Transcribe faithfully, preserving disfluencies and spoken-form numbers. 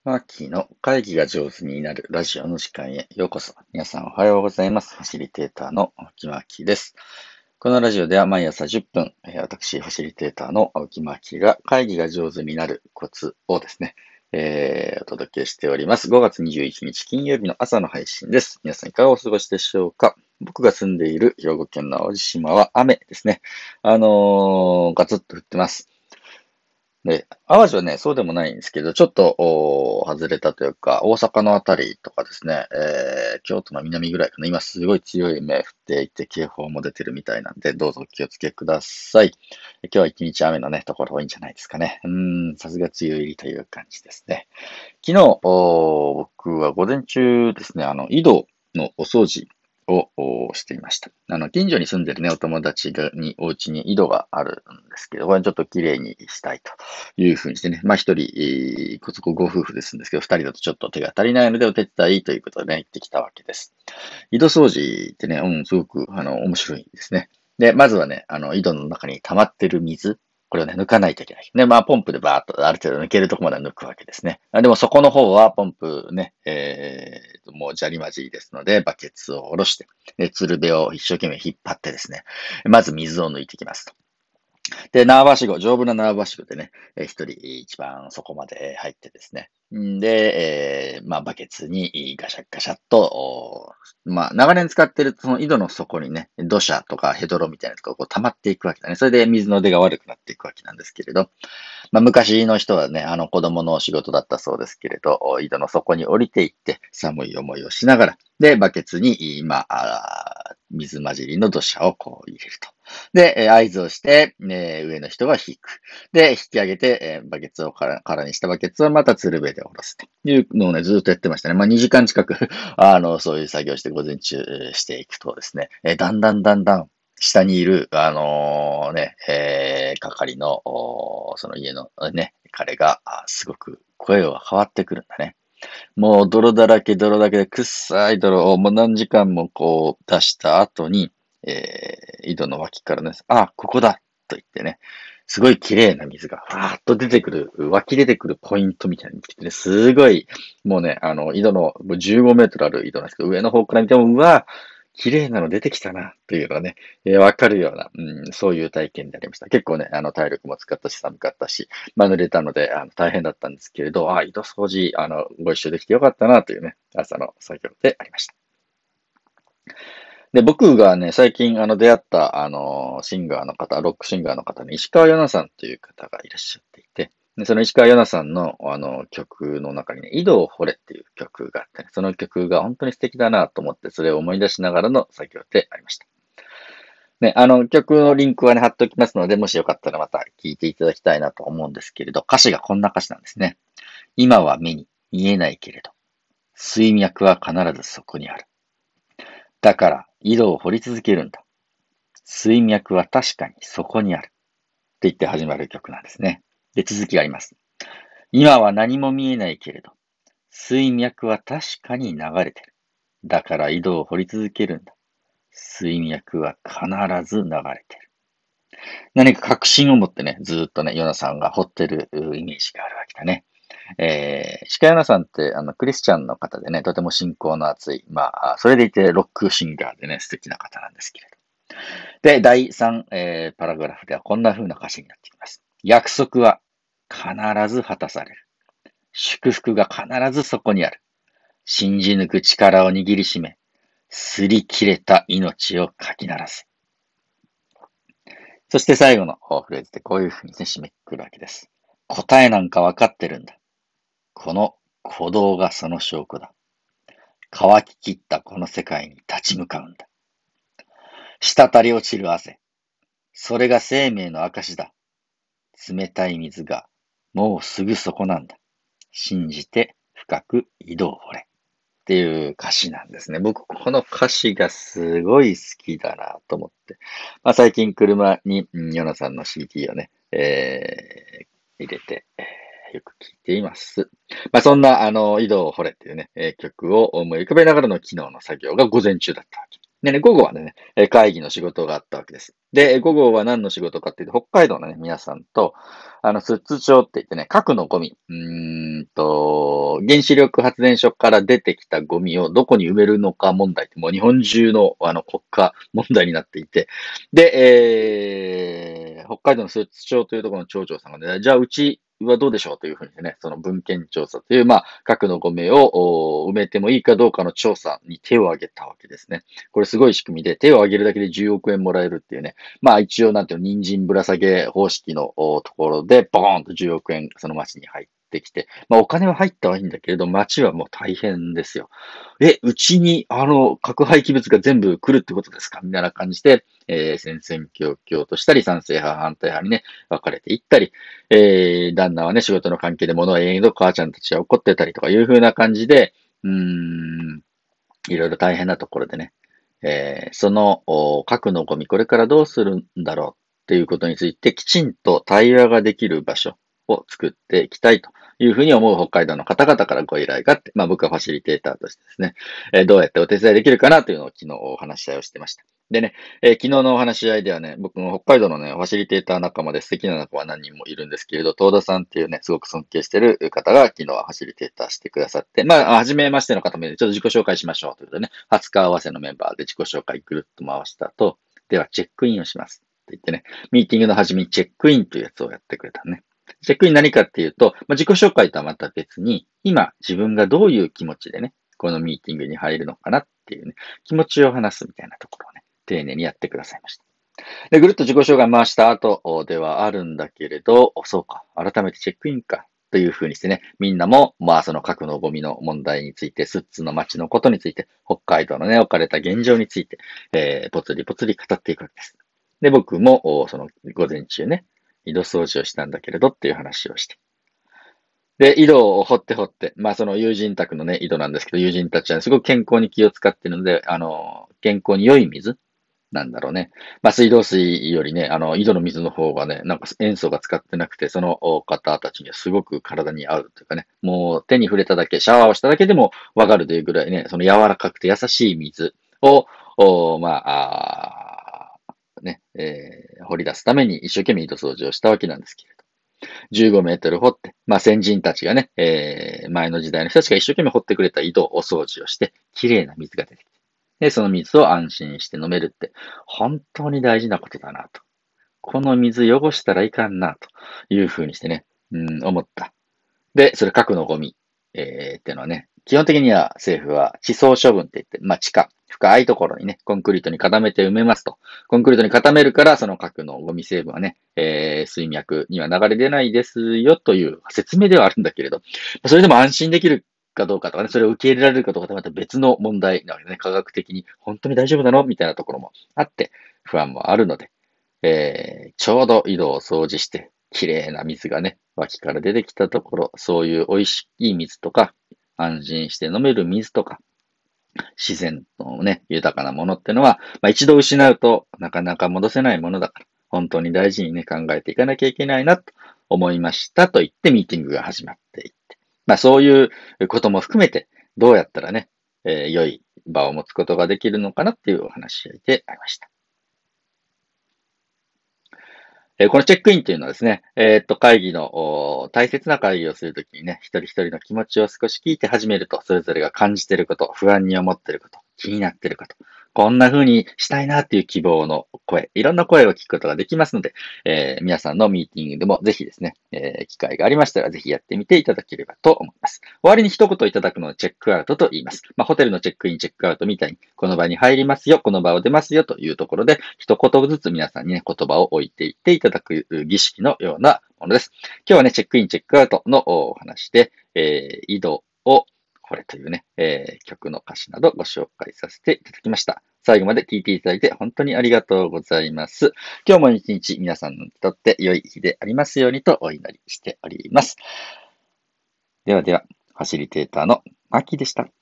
マーキーの会議が上手になるラジオの時間へようこそ。皆さんおはようございます。ファシリテーターの青木マーキーです。このラジオでは毎朝じゅっぷん、えー私、ファシリテーターの青木マーキーが会議が上手になるコツをですね、えーお届けしております。ごがつにじゅういちにち金曜日の朝の配信です。皆さんいかがお過ごしでしょうか？僕が住んでいる兵庫県の淡路島は雨ですね。あのーガツッと降ってます。で、淡路はね、そうでもないんですけど、ちょっと、おー外れたというか、大阪のあたりとかですね、えー、京都の南ぐらいかな。今すごい強い雨降っていて、警報も出てるみたいなんで、どうぞお気をつけください。今日は一日雨のね、ところ多いんじゃないですかね。うーん、さすが梅雨入りという感じですね。昨日、お僕は午前中ですね、あの、井戸のお掃除をおしていました。あの、近所に住んでるね、お友達がに、お家に井戸があるんですけど、これちょっと綺麗にしたいというふうにしてね、まあ一人、えー、こそこご夫婦ですんですけど、二人だとちょっと手が足りないのでお手伝いということでね、行ってきたわけです。井戸掃除ってね、うん、すごく、あの、面白いですね。で、まずはね、あの、井戸の中に溜まってる水、これをね、抜かないといけない。で、まあ、ポンプでバーっとある程度抜けるところまで抜くわけですね。あでも、そこの方は、ポンプね、えー、もう砂利混じりですので、バケツを下ろして、で、つるべを一生懸命引っ張ってですね、まず水を抜いていきますと。で、縄ばしご、丈夫な縄ばしごでね、えー一人一番そこまで入ってですね。んで、えーまあ、バケツにガシャッガシャッと、おまあ、長年使ってるその井戸の底にね、土砂とかヘドロみたいなのがこう溜まっていくわけだね。それで水の出が悪くなっていくわけなんですけれど、まあ、昔の人はね、あの子供の仕事だったそうですけれど、井戸の底に降りていって、寒い思いをしながら、で、バケツに、まあ、水混じりの土砂をこう入れると。で、合図をして、えー上の人は引く。で、引き上げて、えーバケツを空空にしたバケツをまたつるべで下ろすというのをね、ずっとやってましたね。まあ、にじかん近くあの、そういう作業をして午前中していくとですね、えーだんだんだんだん下にいる、あのーね、えー、係の、その家のね、彼が、すごく声が変わってくるんだね。もう泥だらけ泥だらけで、臭い泥をもう何時間もこう出した後に、えー、井戸の脇からね、あ、ここだと言ってね、すごい綺麗な水がふわーっと出てくる、湧き出てくるポイントみたいに来てね、すごい、もうね、あの、井戸のじゅうごメートルある井戸なんですけど、上の方から見ても、うわ、綺麗なの出てきたな、というのはね、えーわかるような、うん、そういう体験でありました。結構ね、あの、体力も使ったし、寒かったし、まあ、濡れたので、あの、大変だったんですけれど、あ、井戸掃除、あの、ご一緒できてよかったな、というね、朝の作業でありました。で、僕がね、最近、あの、出会った、あの、シンガーの方、ロックシンガーの方に、石川ヨナさんという方がいらっしゃっていて、で、その石川ヨナさんの、あの、曲の中にね、井戸を掘れっていう曲があってね、その曲が本当に素敵だなと思って、それを思い出しながらの作業でありました。ね、あの、曲のリンクはね、貼っておきますので、もしよかったらまた聴いていただきたいなと思うんですけれど、歌詞がこんな歌詞なんですね。今は目に見えないけれど、水脈は必ずそこにある。だから、井戸を掘り続けるんだ。水脈は確かにそこにある。って言って始まる曲なんですね。で、続きがあります。今は何も見えないけれど、水脈は確かに流れてる。だから井戸を掘り続けるんだ。水脈は必ず流れてる。何か確信を持ってね、ずっとね、ヨナさんが掘ってるイメージがあるわけだね。えー、鹿ヨナさんって、あの、クリスチャンの方でね、とても信仰の厚い、まあ、それでいてロックシンガーでね、素敵な方なんですけれど。で、だいさん、えー、パラグラフではこんな風な歌詞になっています。約束は必ず果たされる。祝福が必ずそこにある。信じ抜く力を握りしめ、擦り切れた命をかき鳴らす。そして最後のフレーズでこういう風にね、締めくくるわけです。答えなんかわかってるんだ。この鼓動がその証拠だ。乾ききったこの世界に立ち向かうんだ。滴り落ちる汗。それが生命の証だ。冷たい水がもうすぐそこなんだ。信じて深く井戸を掘れ。っていう歌詞なんですね。僕、この歌詞がすごい好きだなと思って。まあ、最近車に、うんヨナさんの シーディー をね、えー入れて、えーよく聴いています。まあ、そんな、あの、井戸を掘れっていうね、えー曲を思い浮かべながらの昨日の作業が午前中だったわけ。でね、午後はね、えー会議の仕事があったわけです。で、午後は何の仕事かっていうと、北海道のね、皆さんと、あの、寿都町って言ってね、核のゴミ、うーんと、 の、原子力発電所から出てきたゴミをどこに埋めるのか問題ってもう日本中のあの国家問題になっていて、で、えー、北海道の寿都町というところの町長さんがね、じゃあうちはどうでしょうというふうにね、その文献調査という、まあ、核のゴミを埋めてもいいかどうかの調査に手を挙げたわけですね。これすごい仕組みで、手を挙げるだけでじゅうおくえんもらえるっていうね、まあ一応なんていうの、人参ぶら下げ方式のところで、ボーンとじゅうおくえんその町に入ってきて、まあお金は入ったはいいんだけれど、町はもう大変ですよ。え、うちにあの核廃棄物が全部来るってことですかみたいな感じで、えー、戦々恐々としたり、賛成派、反対派にね、分かれていったり、えー、旦那はね、仕事の関係で物は言えんけど、母ちゃんたちは怒ってたりとかいう風な感じで、うーん、いろいろ大変なところでね、えー、その核のゴミ、これからどうするんだろうっていうことについて、きちんと対話ができる場所を作っていきたいというふうに思う北海道の方々からご依頼があって、まあ僕はファシリテーターとしてですね、えー、どうやってお手伝いできるかなというのを昨日お話し合いをしてました。でね、えー、昨日のお話し合いではね、僕も北海道のね、ファシリテーター仲間で素敵な仲間は何人もいるんですけれど、東田さんっていうね、すごく尊敬してる方が昨日はファシリテーターしてくださって、まあ、はじめましての方もいるちょっと自己紹介しましょうということでね、初日合わせのメンバーで自己紹介ぐるっと回した後、ではチェックインをしますって言ってね、ミーティングの始めにチェックインというやつをやってくれたね。チェックイン何かっていうと、まあ、自己紹介とはまた別に、今自分がどういう気持ちでね、このミーティングに入るのかなっていうね、気持ちを話すみたいなところをね、丁寧にやってくださいました。で、ぐるっと自己紹介回した後ではあるんだけれど、そうか、改めてチェックインか。というふうにしてね、みんなも、まあその核のゴミの問題について、スッツの街のことについて、北海道のね、置かれた現状について、えー、ぽつりぽつり語っていくわけです。で、僕も、その午前中ね、井戸掃除をしたんだけれどっていう話をして。で、井戸を掘って掘って、まあその友人宅のね、井戸なんですけど、友人たちはすごく健康に気を使ってるので、あの、健康に良い水なんだろうね。まあ、水道水よりね、あの、井戸の水の方がね、なんか塩素が使ってなくて、その方たちにはすごく体に合うというかね、もう手に触れただけ、シャワーをしただけでもわかるというぐらいね、その柔らかくて優しい水を、おまあ、あね、えー、掘り出すために一生懸命井戸掃除をしたわけなんですけれど。じゅうごメートル掘って、まあ先人たちがね、えー、前の時代の人たちが一生懸命掘ってくれた井戸をお掃除をして、綺麗な水が出てきて、で、その水を安心して飲めるって、本当に大事なことだなと。この水汚したらいかんな、というふうにしてね、うん、思った。で、それ核のゴミ、えー、っていうのはね、基本的には政府は地層処分って言って、まあ地下、深いところにね、コンクリートに固めて埋めますと。コンクリートに固めるから、その核のゴミ成分はね、えー、水脈には流れ出ないですよという説明ではあるんだけれど、それでも安心できるかどうかとかね、それを受け入れられるかどうかとまた別の問題なのでね、科学的に本当に大丈夫なのみたいなところもあって、不安もあるので、えー、ちょうど井戸を掃除して、綺麗な水がね、脇から出てきたところ、そういう美味しい水とか、安心して飲める水とか、自然のね、豊かなものってのは、まあ、一度失うとなかなか戻せないものだから、本当に大事にね、考えていかなきゃいけないなと思いましたと言ってミーティングが始まっていって。まあそういうことも含めて、どうやったらね、えー、良い場を持つことができるのかなっていうお話し合いでありました。えーこのチェックインというのはですね、えーっと、会議の、お大切な会議をするときにね、一人一人の気持ちを少し聞いて始めると、それぞれが感じていること、不安に思っていること、気になっていること、こんな風にしたいなっていう希望の声、いろんな声を聞くことができますので、えー皆さんのミーティングでもぜひですね、えー機会がありましたら、ぜひやってみていただければと思います。終わりに一言いただくのをチェックアウトと言います。まあ、ホテルのチェックイン、チェックアウトみたいに、この場に入りますよ、この場を出ますよというところで、一言ずつ皆さんにね、言葉を置いていっていただく儀式のようなものです。今日はね、チェックイン、チェックアウトのお話で、えー、移動を、これというね、えー、曲の歌詞などご紹介させていただきました。最後まで聞いていただいて本当にありがとうございます。今日も一日皆さんにとって良い日でありますようにとお祈りしております。ではでは、ファシリテーターのマキでした。